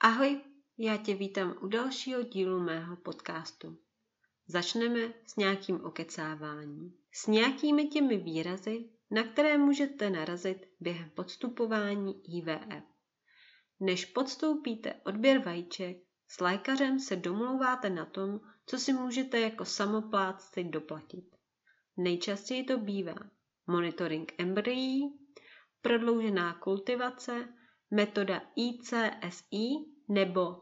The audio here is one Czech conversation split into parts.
Ahoj, já tě vítám u dalšího dílu mého podcastu. Začneme s nějakým okecáváním. S nějakými těmi výrazy, na které můžete narazit během podstupování IVF. Než podstoupíte odběr vajíček, s lékařem se domlouváte na tom, co si můžete jako samoplátci doplatit. Nejčastěji to bývá monitoring embryí, prodloužená kultivace, metoda ICSI nebo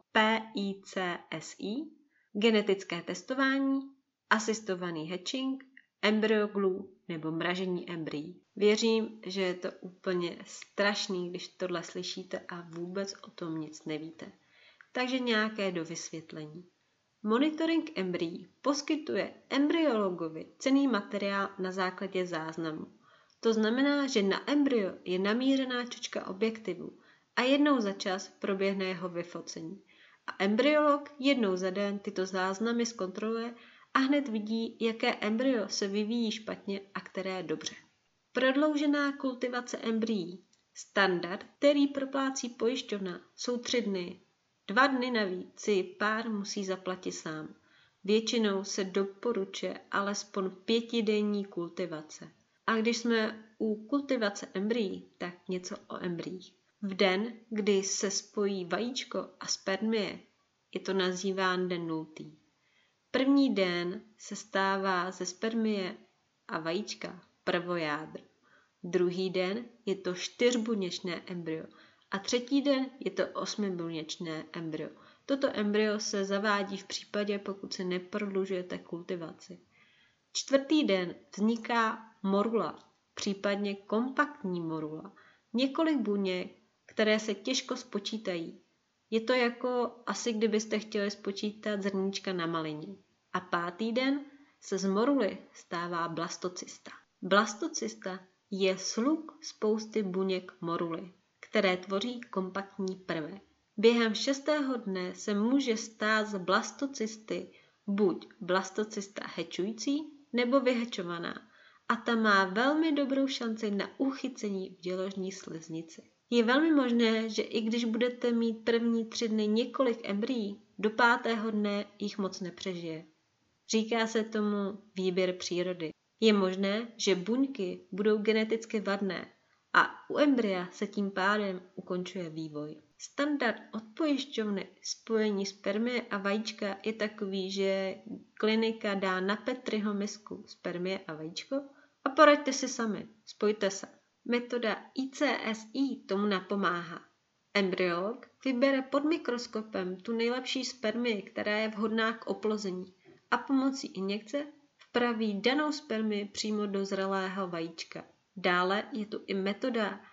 PICSI, genetické testování, asistovaný hatching, embryoglue nebo mražení embryí. Věřím, že je to úplně strašný, když tohle slyšíte a vůbec o tom nic nevíte. Takže nějaké dovysvětlení. Monitoring embryí poskytuje embryologovi cenný materiál na základě záznamu. To znamená, že na embryo je namířená čočka objektivu a jednou za čas proběhne jeho vyfocení. A embryolog jednou za den tyto záznamy zkontroluje a hned vidí, jaké embryo se vyvíjí špatně a které dobře. Prodloužená kultivace embryí. Standard, který proplácí pojišťovna, jsou 3 dny. 2 dny navíc si pár musí zaplatit sám. Většinou se doporučuje alespoň 5denní kultivace. A když jsme u kultivace embryí, tak něco o embryích. V den, kdy se spojí vajíčko a spermie, je to nazýván den 0. První den se stává ze spermie a vajíčka prvojádro. Druhý den je to 4buněčné embryo a třetí den je to 8buněčné embryo. Toto embryo se zavádí v případě, pokud se neprodlužujete kultivaci. 4. den vzniká morula, případně kompaktní morula. Několik buněk, které se těžko spočítají. Je to jako asi kdybyste chtěli spočítat zrníčka na malině. A 5. den se z moruly stává blastocysta. Blastocysta je sluk spousty buněk moruly, které tvoří kompaktní prvek. Během 6. dne se může stát z blastocysty buď blastocysta hečující nebo vyhečovaná a ta má velmi dobrou šanci na uchycení v děložní sliznici. Je velmi možné, že i když budete mít první 3 dny několik embryí, do 5. dne jich moc nepřežije. Říká se tomu výběr přírody. Je možné, že buňky budou geneticky vadné a u embrya se tím pádem ukončuje vývoj. Standard od pojišťovny spojení spermie a vajíčka je takový, že klinika dá na Petriho misku spermie a vajíčko a poraďte si sami, spojte se. Metoda ICSI tomu napomáhá. Embryolog vybere pod mikroskopem tu nejlepší spermii, která je vhodná k oplození a pomocí injekce vpraví danou spermii přímo do zralého vajíčka. Dále je tu i metoda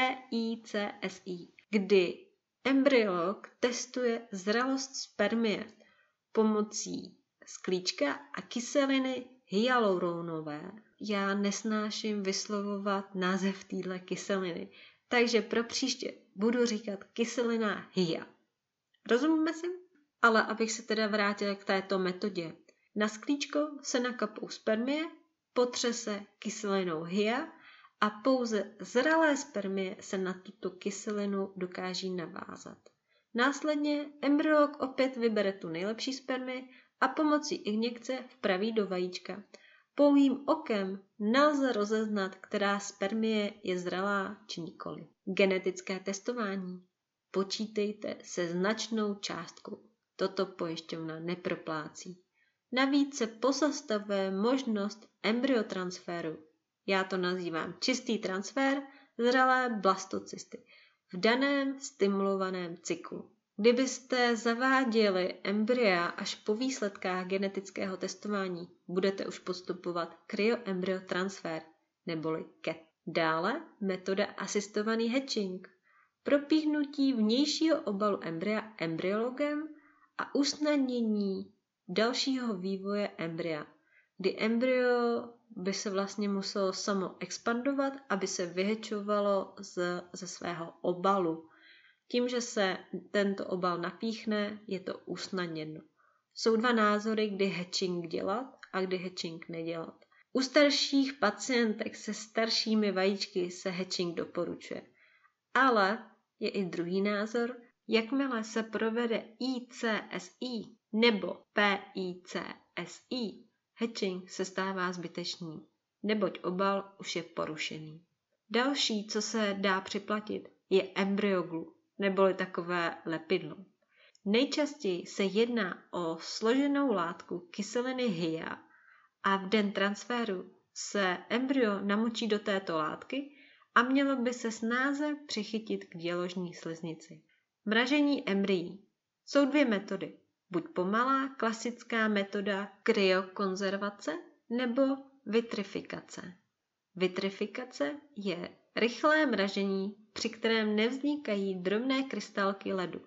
PICSI, kdy embryolog testuje zralost spermie pomocí sklíčka a kyseliny hyaluronové. Já nesnáším vyslovovat název téhle kyseliny, takže pro příště budu říkat kyselina hya. Rozumíme si? Ale abych se teda vrátila k této metodě. Na sklíčko se nakapou spermie, potře se kyselinou hya a pouze zralé spermie se na tuto kyselinu dokáží navázat. Následně embryolog opět vybere tu nejlepší spermii a pomocí injekce vpraví do vajíčka. Pouhým okem nelze rozeznat, která spermie je zralá či nikoli. Genetické testování. Počítejte se značnou částkou. Toto pojišťovna neproplácí. Navíc se pozastavuje možnost embryotransferu. Já to nazývám čistý transfer zralé blastocysty v daném stimulovaném cyklu. Kdybyste zaváděli embrya až po výsledkách genetického testování, budete už postupovat kryoembryotransfer neboli CAT. Dále metoda asistovaný hatching. Propíchnutí vnějšího obalu embrya embryologem a usnadnění dalšího vývoje embrya, kdy embryo by se vlastně muselo samo expandovat, aby se vyhečovalo ze svého obalu. Tím, že se tento obal napíchne, je to usnadněno. Jsou 2 názory, kdy hatching dělat a kdy hatching nedělat. U starších pacientek se staršími vajíčky se hatching doporučuje. Ale je i druhý názor, Jakmile se provede ICSI nebo PICSI, hatching se stává zbytečný, neboť obal už je porušený. Další, co se dá připlatit, je embryoglu, neboli takové lepidlo. Nejčastěji se jedná o složenou látku kyseliny HIA a v den transferu se embryo namočí do této látky a mělo by se snáze přichytit k děložní sliznici. Mražení embryí. Jsou dvě metody. Buď pomalá klasická metoda kryokonzervace nebo vitrifikace. Vitrifikace je rychlé mražení, při kterém nevznikají drobné krystalky ledu.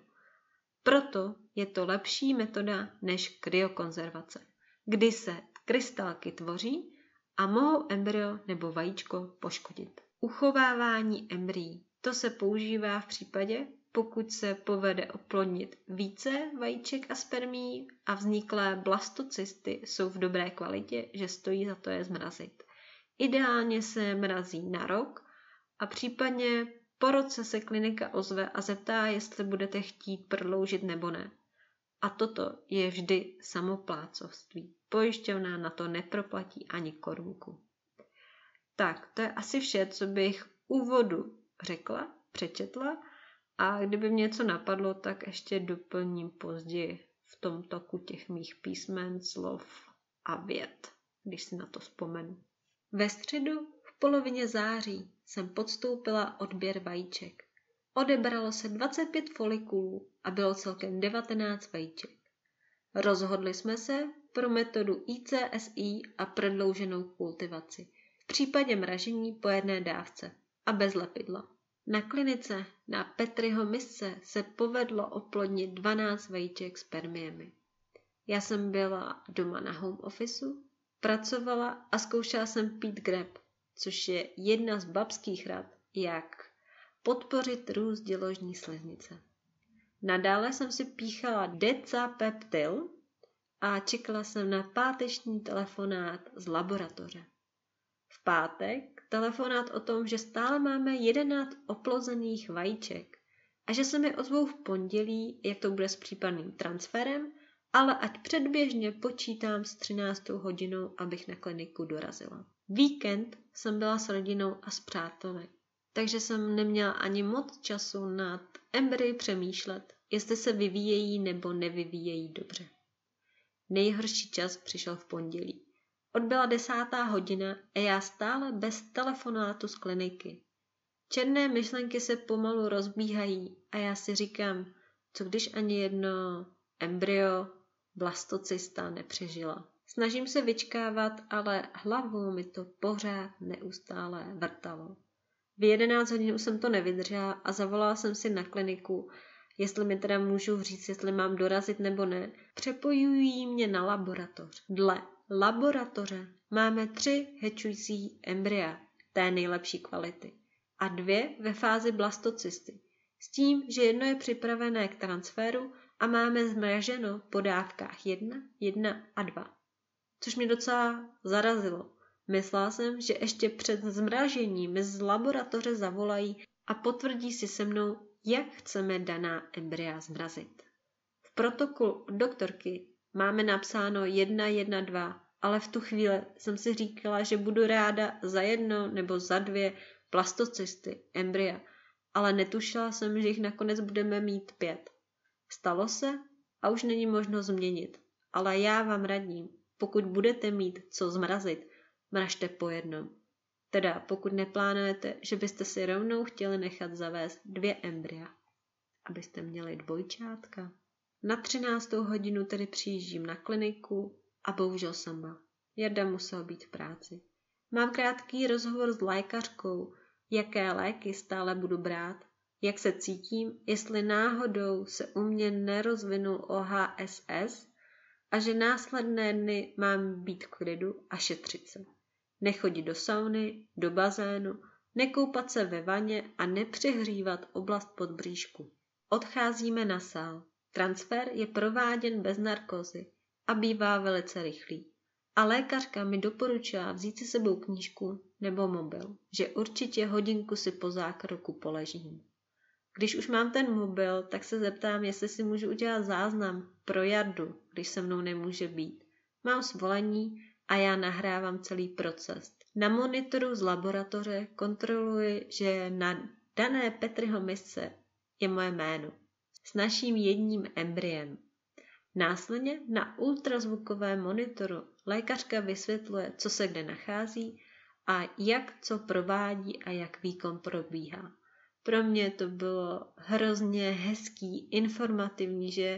Proto je to lepší metoda než kryokonzervace, kdy se krystalky tvoří a mohou embryo nebo vajíčko poškodit. Uchovávání embryí. To se používá v případě, pokud se povede oplodnit více vajíček a spermií a vzniklé blastocysty jsou v dobré kvalitě, že stojí za to je zmrazit. Ideálně se mrazí na rok a případně po roce se klinika ozve a zeptá, jestli budete chtít prodloužit nebo ne. A toto je vždy samoplácovství. Pojišťovna na to neproplatí ani korunku. Tak, to je asi vše, co bych úvodu řekla, přečetla a kdyby mě něco napadlo, tak ještě doplním později v tom toku těch mých písmen, slov a vět, když si na to vzpomenu. Ve středu v polovině září jsem podstoupila odběr vajíček. Odebralo se 25 folikulů a bylo celkem 19 vajíček. Rozhodli jsme se pro metodu ICSI a prodlouženou kultivaci. V případě mražení po jedné dávce a bez lepidla. Na klinice na Petriho misce se povedlo oplodnit 12 vajíček spermiemi. Já jsem byla doma na home officeu, pracovala a zkoušela jsem pít grep, což je jedna z babských rad, jak podpořit růst děložní sliznice. Nadále jsem si píchala Decapeptyl a čekala jsem na páteční telefonát z laboratoře. V pátek telefonát o tom, že stále máme 11 oplozených vajíček a že se mi ozvou v pondělí, jak to bude s případným transferem, ale ať předběžně počítám s 13. hodinou, abych na kliniku dorazila. Víkend jsem byla s rodinou a s přáteli, takže jsem neměla ani moc času nad embryi přemýšlet, jestli se vyvíjejí nebo nevyvíjejí dobře. Nejhorší čas přišel v pondělí. Odbyla 10. hodina a já stále bez telefonátu z kliniky. Černé myšlenky se pomalu rozbíhají a já si říkám, co když ani jedno embryo blastocysta nepřežila. Snažím se vyčkávat, ale hlavou mi to pořád neustále vrtalo. V 11 hodin už jsem to nevydržela a zavolala jsem si na kliniku, jestli mi teda můžu říct, jestli mám dorazit nebo ne. Přepojují mě na laboratoř. Dle laboratoře máme 3 hečující embrya té nejlepší kvality a 2 ve fázi blastocysty. S tím, že jedno je připravené k transferu a máme zmraženo po dávkách 1 a 2. Což mě docela zarazilo. Myslela jsem, že ještě před zmražením z laboratoře zavolají a potvrdí si se mnou, jak chceme daná embrya zmrazit. V protokolu od doktorky máme napsáno 1, 2, ale v tu chvíli jsem si říkala, že budu ráda za 1 nebo za 2 blastocysty embrya, ale netušila jsem, že jich nakonec budeme mít 5. Stalo se a už není možno změnit, ale já vám radím, pokud budete mít co zmrazit, mražte po jednom. Teda pokud neplánujete, že byste si rovnou chtěli nechat zavést 2 embrya, abyste měli dvojčátka. Na 13. hodinu tedy přijíždím na kliniku a bohužel sama. Jarda musel být v práci. Mám krátký rozhovor s lékařkou, jaké léky stále budu brát, jak se cítím, jestli náhodou se u mě nerozvinul OHSS a že následné dny mám být v klidu a šetřit se. Nechodit do sauny, do bazénu, nekoupat se ve vaně a nepřehřívat oblast podbříšku. Odcházíme na sál. Transfer je prováděn bez narkózy a bývá velice rychlý. A lékařka mi doporučila vzít si sebou knížku nebo mobil, že určitě hodinku si po zákroku poležím. Když už mám ten mobil, tak se zeptám, jestli si můžu udělat záznam pro Jardu, když se mnou nemůže být. Mám svolení a já nahrávám celý proces. Na monitoru z laboratoře kontroluji, že na dané Petriho misce je moje jméno s naším jedním embryem. Následně na ultrazvukovém monitoru lékařka vysvětluje, co se kde nachází a jak co provádí a jak výkon probíhá. Pro mě to bylo hrozně hezký, informativní, že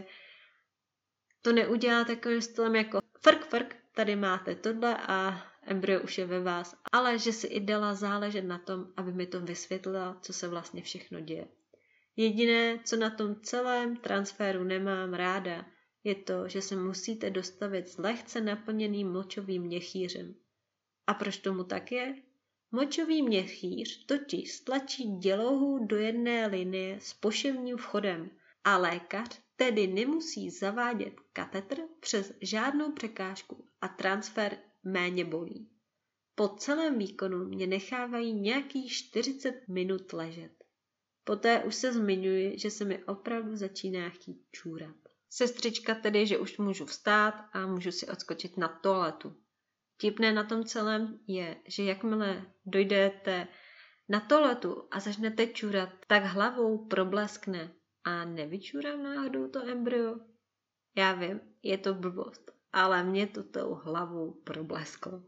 to neudělá takovým stylem jako frk, tady máte tohle a embryo už je ve vás, ale že si i dala záležet na tom, aby mi to vysvětlila, co se vlastně všechno děje. Jediné, co na tom celém transferu nemám ráda, je to, že se musíte dostavit s lehce naplněným močovým měchýřem. A proč tomu tak je? Močový měchýř totiž stlačí dělohu do jedné linie s poševním vchodem a lékař tedy nemusí zavádět katetr přes žádnou překážku a transfer méně bolí. Po celém výkonu mě nechávají nějakých 40 minut ležet. Poté už se zmiňuji, že se mi opravdu začíná chtít čůrat. Sestřička tedy, že už můžu vstát a můžu si odskočit na toaletu. Vtipné na tom celém je, že jakmile dojdete na toaletu a začnete čůrat, tak hlavou probleskne a nevyčůrám náhodou to embryo. Já vím, je to blbost, ale mě to tou hlavou problesklo.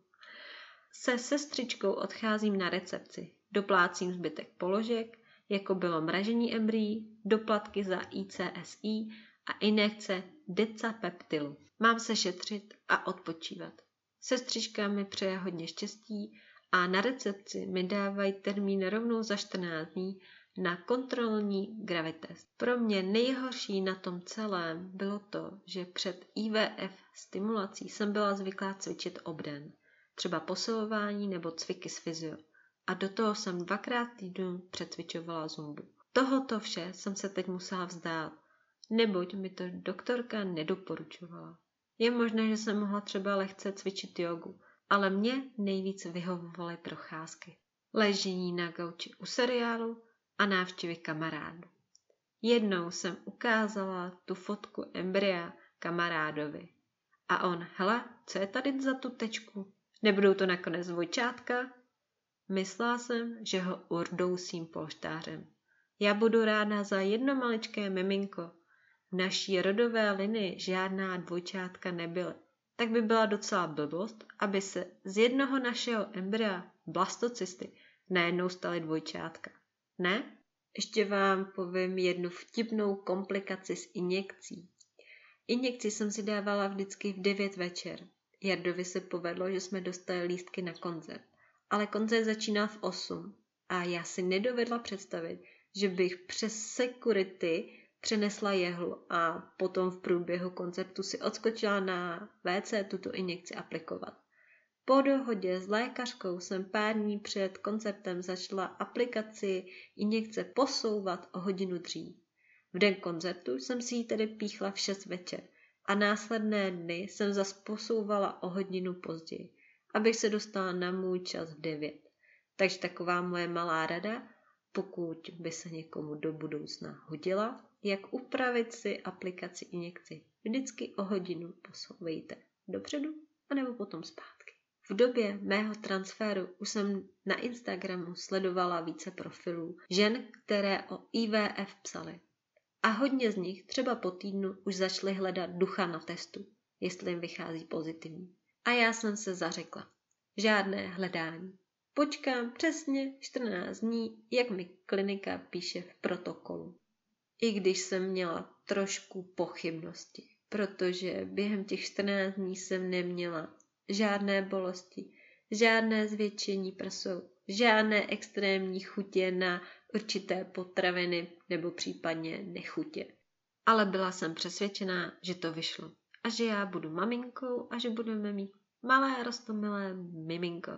Se sestřičkou odcházím na recepci, doplácím zbytek položek, jako bylo mražení embryí, doplatky za ICSI a injekce decapeptylu. Mám se šetřit a odpočívat. Sestřička mi přeje hodně štěstí a na recepci mi dávají termín rovnou za 14 dní na kontrolní gravitest. Pro mě nejhorší na tom celém bylo to, že před IVF stimulací jsem byla zvyklá cvičit obden, třeba posilování nebo cviky s fyzio. A do toho jsem 2krát týdnu přecvičovala zumbu. Tohoto vše jsem se teď musela vzdát, neboť mi to doktorka nedoporučovala. Je možné, že jsem mohla třeba lehce cvičit jogu, ale mě nejvíc vyhovovaly procházky. Ležení na gauči u seriálu a návštěvy kamarádů. Jednou jsem ukázala tu fotku embrya kamarádovi. A on, hele, co je tady za tu tečku? Nebudou to nakonec dvojčátka? Myslela jsem, že ho urdousím polštářem. Já budu ráda za jedno maličké miminko. V naší rodové linii žádná dvojčátka nebyly. Tak by byla docela blbost, aby se z jednoho našeho embrya blastocysty najednou staly dvojčátka. Ne? Ještě vám povím jednu vtipnou komplikaci s injekcí. Injekci jsem si dávala vždycky v 9 večer. Jardovi se povedlo, že jsme dostali lístky na koncert. Ale koncert začínal v 8 a já si nedovedla představit, že bych přes security přenesla jehlu a potom v průběhu koncertu si odskočila na WC tuto injekci aplikovat. Po dohodě s lékařkou jsem pár dní před koncertem začala aplikaci injekce posouvat o hodinu dřív. V den koncertu jsem si ji tedy píchla v 6 večer a následné dny jsem zas posouvala o hodinu později, abych se dostala na můj čas v 9. Takže taková moje malá rada, pokud by se někomu do budoucna hodila, jak upravit si aplikaci injekci. Vždycky o hodinu posouvejte dopředu anebo potom zpátky. V době mého transferu už jsem na Instagramu sledovala více profilů žen, které o IVF psaly. A hodně z nich třeba po týdnu už začaly hledat ducha na testu, jestli jim vychází pozitivní. A já jsem se zařekla. Žádné hledání. Počkám přesně 14 dní, jak mi klinika píše v protokolu. I když jsem měla trošku pochybnosti, protože během těch 14 dní jsem neměla žádné bolesti, žádné zvětšení prsou, žádné extrémní chutě na určité potraviny nebo případně nechutě. Ale byla jsem přesvědčená, že to vyšlo a že já budu maminkou a že budeme mít malé roztomilé miminko.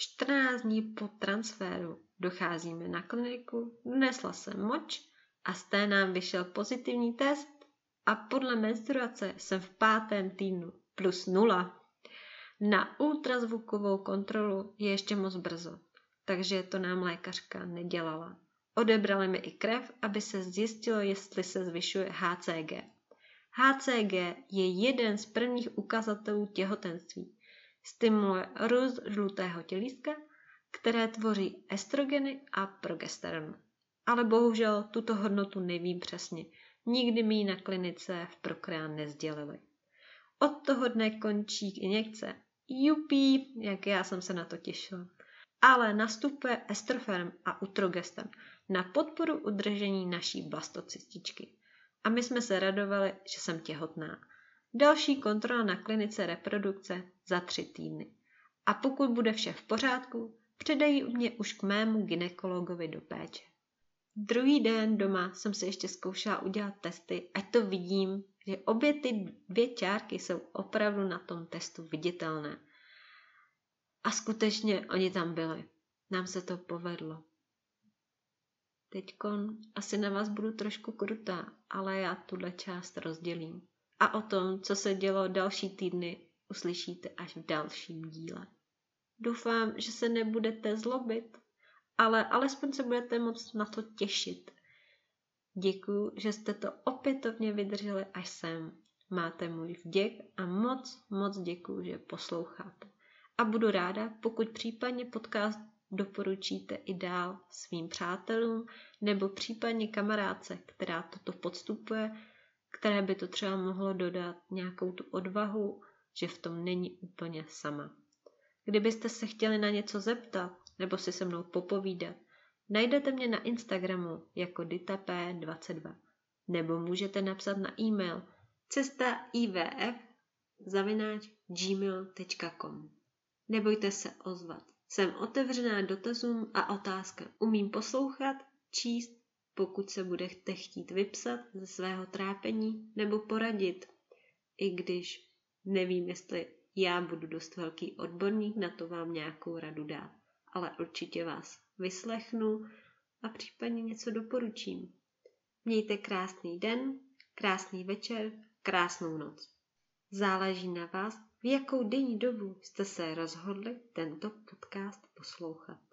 14 dní po transferu docházíme na kliniku, donesla jsem moč a z té nám vyšel pozitivní test a podle menstruace jsem v 5. týdnu plus 0. Na ultrazvukovou kontrolu je ještě moc brzo, takže to nám lékařka nedělala. Odebrali mi i krev, aby se zjistilo, jestli se zvyšuje HCG. HCG je jeden z prvních ukazatelů těhotenství. Stimuluje růst žlutého tělíska, které tvoří estrogeny a progesteron. Ale bohužel tuto hodnotu nevím přesně. Nikdy mi ji na klinice v Procrean nesdělili. Od toho dne končí injekce. Jupí, jak já jsem se na to těšila. Ale nastupuje estrofen a utrogestan na podporu udržení naší blastocystičky. A my jsme se radovali, že jsem těhotná. Další kontrola na klinice reprodukce za 3 týdny. A pokud bude vše v pořádku, předají mě už k mému gynekologovi do péče. Druhý den doma jsem si ještě zkoušela udělat testy, ať to vidím, že obě ty 2 čárky jsou opravdu na tom testu viditelné. A skutečně oni tam byli. Nám se to povedlo. Teďkon asi na vás budu trošku krutá, ale já tuhle část rozdělím. A o tom, co se dělo další týdny, uslyšíte až v dalším díle. Doufám, že se nebudete zlobit, ale alespoň se budete moct na to těšit. Děkuju, že jste to opětovně vydrželi až sem. Máte můj vděk a moc děkuju, že posloucháte. A budu ráda, pokud případně podcast doporučíte i dál svým přátelům nebo případně kamarádce, která toto podstupuje, které by to třeba mohlo dodat nějakou tu odvahu, že v tom není úplně sama. Kdybyste se chtěli na něco zeptat nebo si se mnou popovídat, najdete mě na Instagramu jako ditap22 nebo můžete napsat na e-mail cestaivf@gmail.com. Nebojte se ozvat. Jsem otevřená dotazům a otázkám. Umím poslouchat, číst, pokud se budete chtít vypsat ze svého trápení nebo poradit. I když nevím, jestli já budu dost velký odborník na to vám nějakou radu dát. Ale určitě vás vyslechnu a případně něco doporučím. Mějte krásný den, krásný večer, krásnou noc. Záleží na vás, v jakou denní dobu jste se rozhodli tento podcast poslouchat.